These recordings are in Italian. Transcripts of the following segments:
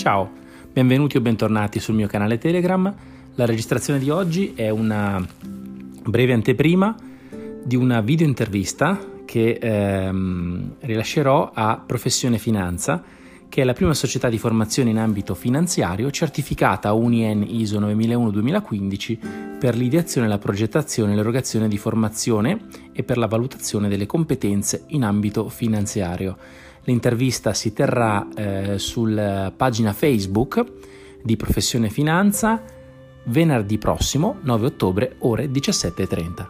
Ciao, benvenuti o bentornati sul mio canale Telegram. La registrazione di oggi è una breve anteprima di una video intervista che rilascerò a Professione Finanza, che è la prima società di formazione in ambito finanziario certificata UNI-EN ISO 9001-2015 per l'ideazione, la progettazione e l'erogazione di formazione e per la valutazione delle competenze in ambito finanziario. L'intervista si terrà sulla pagina Facebook di Professione Finanza venerdì prossimo, 9 ottobre, ore 17:30.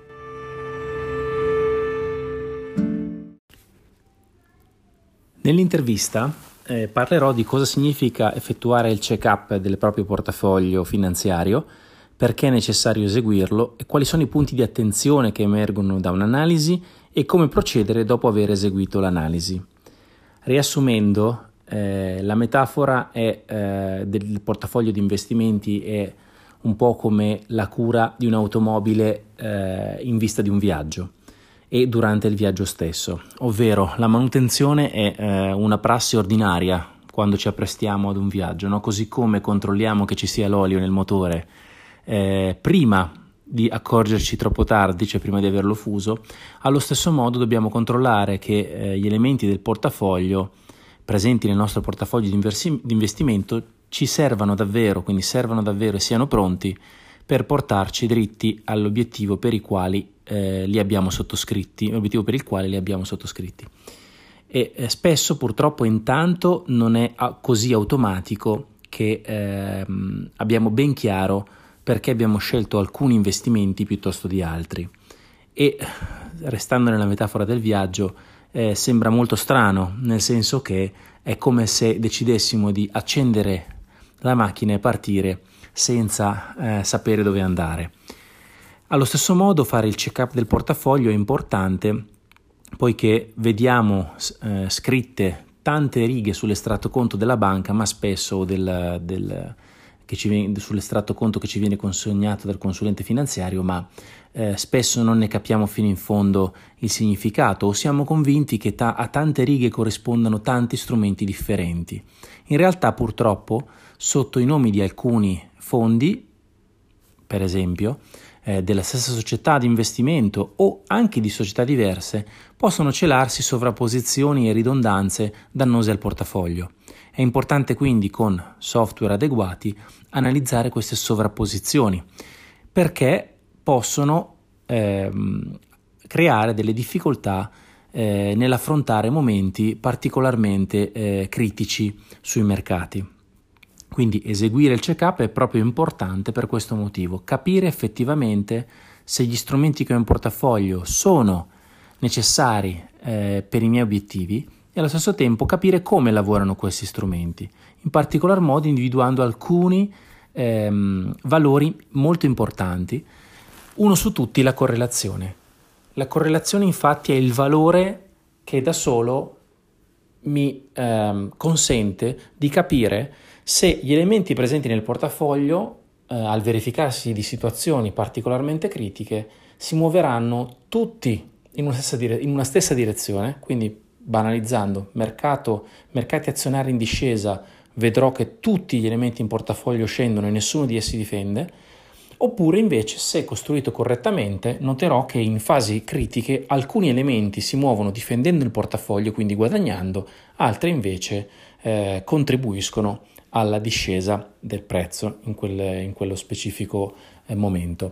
Nell'intervista parlerò di cosa significa effettuare il check-up del proprio portafoglio finanziario, perché è necessario eseguirlo e quali sono i punti di attenzione che emergono da un'analisi e come procedere dopo aver eseguito l'analisi. Riassumendo, la metafora del portafoglio di investimenti è un po' come la cura di un'automobile in vista di un viaggio e durante il viaggio stesso, ovvero la manutenzione è una prassi ordinaria quando ci apprestiamo ad un viaggio, no? Così come controlliamo che ci sia l'olio nel motore prima di accorgerci troppo tardi, cioè prima di averlo fuso, allo stesso modo dobbiamo controllare che gli elementi del portafoglio presenti nel nostro portafoglio di investimento ci servano davvero, quindi servano davvero e siano pronti per portarci dritti all'obiettivo per i quali li abbiamo sottoscritti, l'obiettivo per il quale li abbiamo sottoscritti. E spesso purtroppo intanto non è così automatico che abbiamo ben chiaro perché abbiamo scelto alcuni investimenti piuttosto di altri. E restando nella metafora del viaggio, sembra molto strano, nel senso che è come se decidessimo di accendere la macchina e partire senza sapere dove andare. Allo stesso modo fare il check-up del portafoglio è importante, poiché vediamo scritte tante righe sull'estratto conto della banca, ma spesso sull'estratto conto che ci viene consegnato dal consulente finanziario, ma spesso non ne capiamo fino in fondo il significato o siamo convinti che a tante righe corrispondano tanti strumenti differenti. In realtà purtroppo sotto i nomi di alcuni fondi, per esempio, della stessa società di investimento o anche di società diverse, possono celarsi sovrapposizioni e ridondanze dannose al portafoglio. È importante quindi con software adeguati analizzare queste sovrapposizioni perché possono creare delle difficoltà nell'affrontare momenti particolarmente critici sui mercati. Quindi eseguire il check-up è proprio importante per questo motivo, capire effettivamente se gli strumenti che ho in portafoglio sono necessari per i miei obiettivi e allo stesso tempo capire come lavorano questi strumenti, in particolar modo individuando alcuni valori molto importanti. Uno su tutti, la correlazione. La correlazione infatti è il valore che da solo mi consente di capire se gli elementi presenti nel portafoglio, al verificarsi di situazioni particolarmente critiche, si muoveranno tutti in una stessa direzione. Quindi, banalizzando, mercati azionari in discesa, vedrò che tutti gli elementi in portafoglio scendono e nessuno di essi difende, oppure invece, se costruito correttamente, noterò che in fasi critiche alcuni elementi si muovono difendendo il portafoglio, quindi guadagnando, altri invece contribuiscono alla discesa del prezzo in quello specifico momento.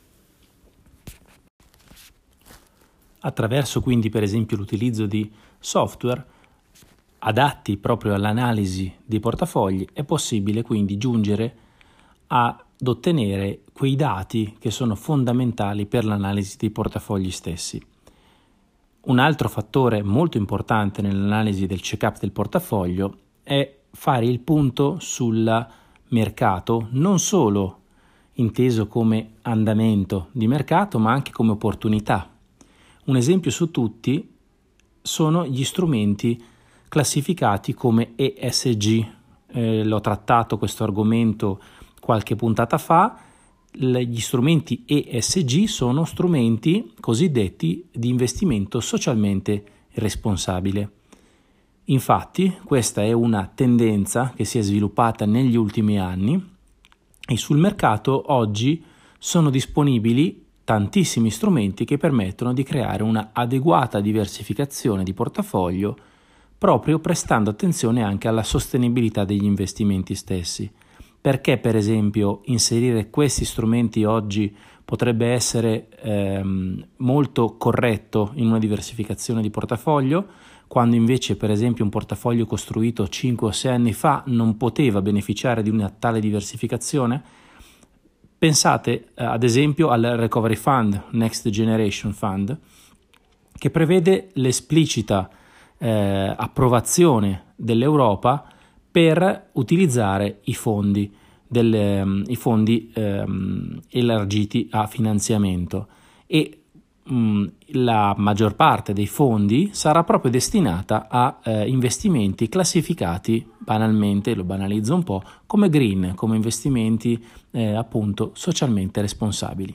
Attraverso quindi per esempio l'utilizzo di software adatti proprio all'analisi dei portafogli è possibile quindi giungere ad ottenere quei dati che sono fondamentali per l'analisi dei portafogli stessi. Un altro fattore molto importante nell'analisi del check-up del portafoglio è fare il punto sul mercato, non solo inteso come andamento di mercato, ma anche come opportunità. Un esempio su tutti sono gli strumenti classificati come ESG. L'ho trattato questo argomento qualche puntata fa. Gli strumenti ESG sono strumenti cosiddetti di investimento socialmente responsabile. Infatti, questa è una tendenza che si è sviluppata negli ultimi anni e sul mercato oggi sono disponibili tantissimi strumenti che permettono di creare una adeguata diversificazione di portafoglio, proprio prestando attenzione anche alla sostenibilità degli investimenti stessi. Perché, per esempio, inserire questi strumenti oggi potrebbe essere molto corretto in una diversificazione di portafoglio, quando invece, per esempio, un portafoglio costruito 5 o 6 anni fa non poteva beneficiare di una tale diversificazione? Pensate ad esempio al Recovery Fund, Next Generation Fund, che prevede l'esplicita approvazione dell'Europa per utilizzare i fondi elargiti a finanziamento, e la maggior parte dei fondi sarà proprio destinata a investimenti classificati banalmente, lo banalizzo un po', come green, come investimenti appunto socialmente responsabili.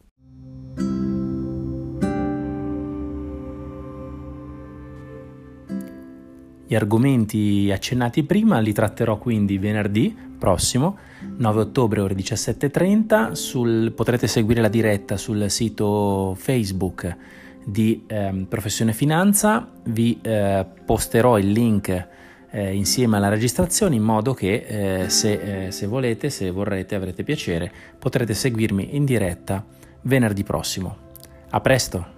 Gli argomenti accennati prima li tratterò quindi venerdì prossimo, 9 ottobre ore 17:30, potrete seguire la diretta sul sito Facebook di Professione Finanza. Vi posterò il link insieme alla registrazione, in modo che se volete, se vorrete, avrete piacere, potrete seguirmi in diretta venerdì prossimo. A presto!